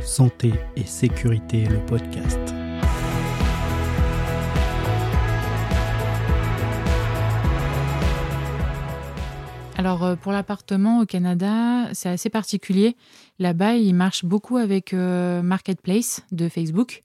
Santé et sécurité, le podcast. Alors pour l'appartement au Canada, c'est assez particulier. Là-bas, ils marchent beaucoup avec Marketplace de Facebook.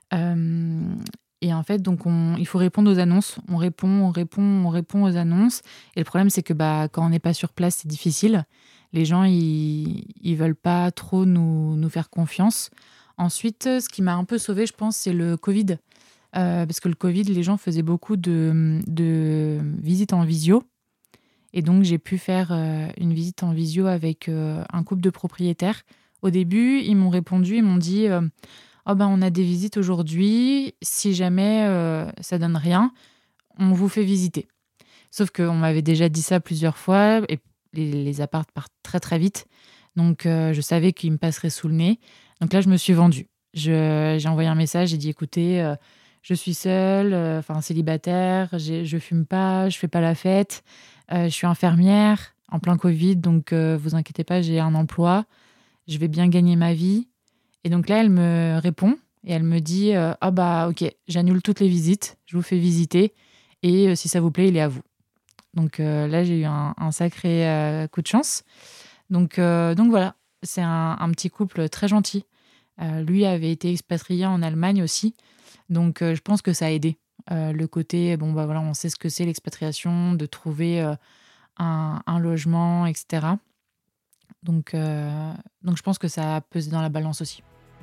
Et en fait, donc il faut répondre aux annonces. On répond aux annonces. Et le problème, c'est que quand on n'est pas sur place, c'est difficile. Les gens, ils veulent pas trop nous faire confiance. Ensuite, ce qui m'a un peu sauvée, je pense, c'est le Covid. Parce que le Covid, les gens faisaient beaucoup de visites en visio. Et donc, j'ai pu faire une visite en visio avec un couple de propriétaires. Au début, ils m'ont répondu, ils m'ont dit on a des visites aujourd'hui. Si jamais ça donne rien, on vous fait visiter. Sauf qu'on m'avait déjà dit ça plusieurs fois et les apparts partent très très vite. Donc, je savais qu'ils me passeraient sous le nez. Donc là, je me suis vendue. J'ai envoyé un message, j'ai dit écoutez, je suis seule, célibataire, je fume pas, je fais pas la fête. Je suis infirmière en plein Covid, donc vous inquiétez pas, j'ai un emploi, je vais bien gagner ma vie. Et donc là, elle me répond et elle me dit ok, j'annule toutes les visites, je vous fais visiter et si ça vous plaît, il est à vous. Donc là, j'ai eu un sacré coup de chance. Donc voilà, c'est un petit couple très gentil. Lui avait été expatrié en Allemagne aussi, donc je pense que ça a aidé. Le côté, on sait ce que c'est l'expatriation, de trouver un logement, etc. Donc je pense que ça a pesé dans la balance aussi.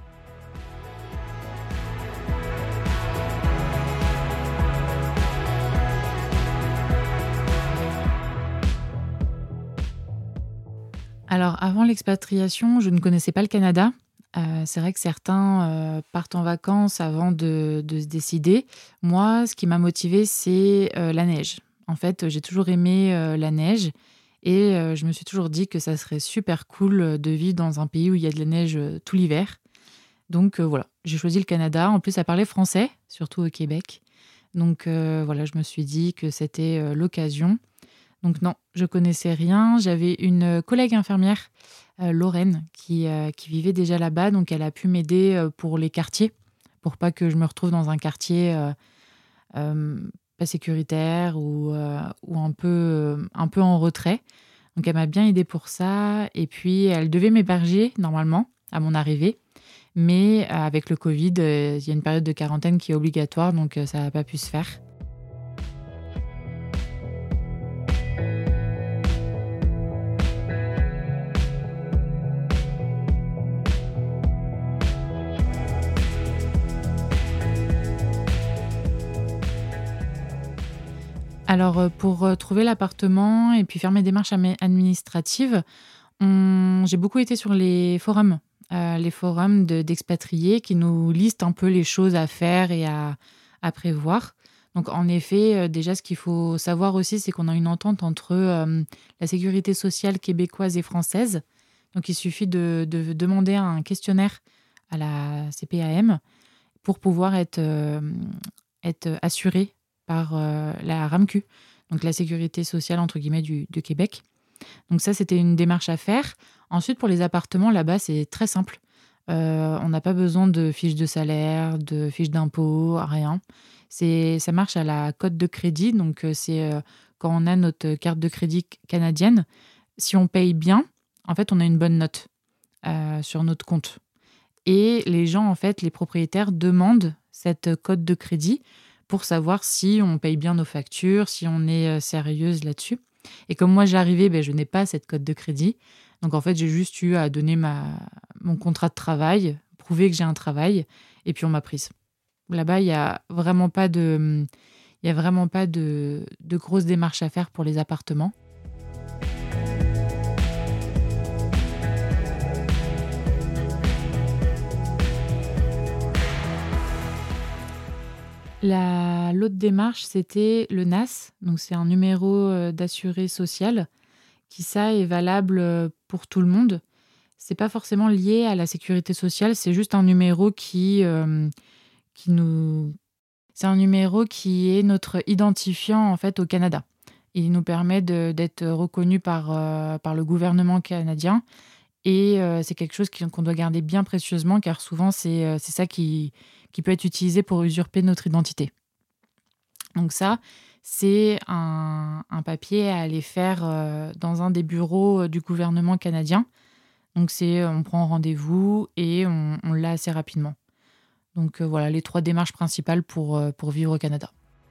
Alors, avant l'expatriation, je ne connaissais pas le Canada. C'est vrai que certains partent en vacances avant de se décider. Moi, ce qui m'a motivée, c'est la neige. En fait, j'ai toujours aimé la neige et je me suis toujours dit que ça serait super cool de vivre dans un pays où il y a de la neige tout l'hiver. Donc voilà, j'ai choisi le Canada. En plus, ça parlait français, surtout au Québec. Donc je me suis dit que c'était l'occasion. Donc non, je connaissais rien. J'avais une collègue infirmière, Lorraine, qui vivait déjà là-bas. Donc elle a pu m'aider pour les quartiers, pour pas que je me retrouve dans un quartier pas sécuritaire ou un peu en retrait. Donc elle m'a bien aidée pour ça. Et puis elle devait m'héberger normalement à mon arrivée. Mais avec le Covid, il y a une période de quarantaine qui est obligatoire, donc ça n'a pas pu se faire. Alors, pour trouver l'appartement et puis faire mes démarches administratives, j'ai beaucoup été sur les forums d'expatriés qui nous listent un peu les choses à faire et à prévoir. Donc, en effet, déjà, ce qu'il faut savoir aussi, c'est qu'on a une entente entre la sécurité sociale québécoise et française. Donc, il suffit de demander un questionnaire à la CPAM pour pouvoir être assuré par la RAMQ, donc la sécurité sociale entre guillemets du Québec. Donc ça, c'était une démarche à faire. Ensuite, pour les appartements, là-bas, c'est très simple. On n'a pas besoin de fiches de salaire, de fiches d'impôt, rien. Ça marche à la cote de crédit. Donc c'est quand on a notre carte de crédit canadienne, si on paye bien, en fait, on a une bonne note sur notre compte. Et les gens, en fait, les propriétaires demandent cette cote de crédit pour savoir si on paye bien nos factures, si on est sérieuse là-dessus. Et comme moi, j'arrivais, je n'ai pas cette cote de crédit. Donc, en fait, j'ai juste eu à donner mon contrat de travail, prouver que j'ai un travail, et puis on m'a prise. Là-bas, il n'y a vraiment pas de grosses démarches à faire pour les appartements. L'autre démarche, c'était le NAS. Donc, c'est un numéro d'assuré social qui, ça, est valable pour tout le monde. C'est pas forcément lié à la sécurité sociale. C'est juste un numéro c'est un numéro qui est notre identifiant, en fait, au Canada. Il nous permet d'être reconnu par le gouvernement canadien Et c'est quelque chose qu'on doit garder bien précieusement, car souvent, c'est ça qui peut être utilisé pour usurper notre identité. Donc ça, c'est un papier à aller faire dans un des bureaux du gouvernement canadien. Donc on prend rendez-vous et on l'a assez rapidement. Donc voilà les 3 démarches principales pour vivre au Canada.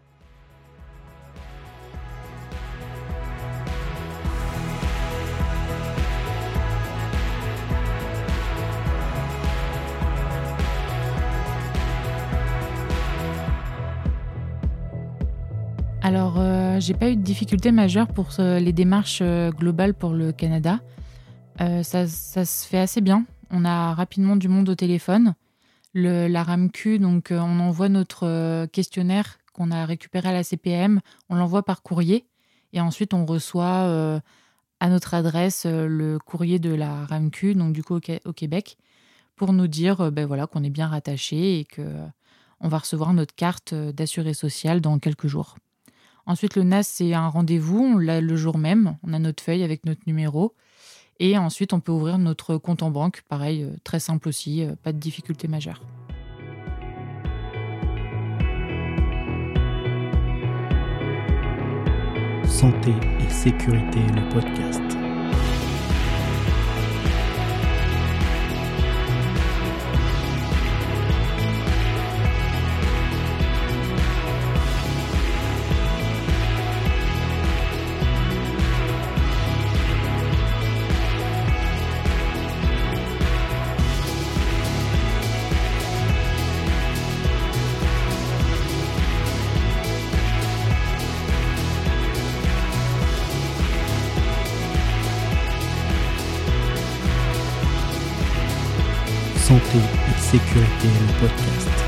Alors, j'ai pas eu de difficultés majeures pour les démarches globales pour le Canada. Ça se fait assez bien. On a rapidement du monde au téléphone. La RAMQ, donc on envoie notre questionnaire qu'on a récupéré à la CPM, on l'envoie par courrier et ensuite on reçoit à notre adresse le courrier de la RAMQ, donc du coup au Québec, pour nous dire voilà, qu'on est bien rattaché et qu'on va recevoir notre carte d'assuré social dans quelques jours. Ensuite, le NAS, c'est un rendez-vous, on l'a le jour même, on a notre feuille avec notre numéro. Et ensuite, on peut ouvrir notre compte en banque. Pareil, très simple aussi, pas de difficulté majeure. Santé et sécurité, le podcast. Santé et sécurité, le podcast.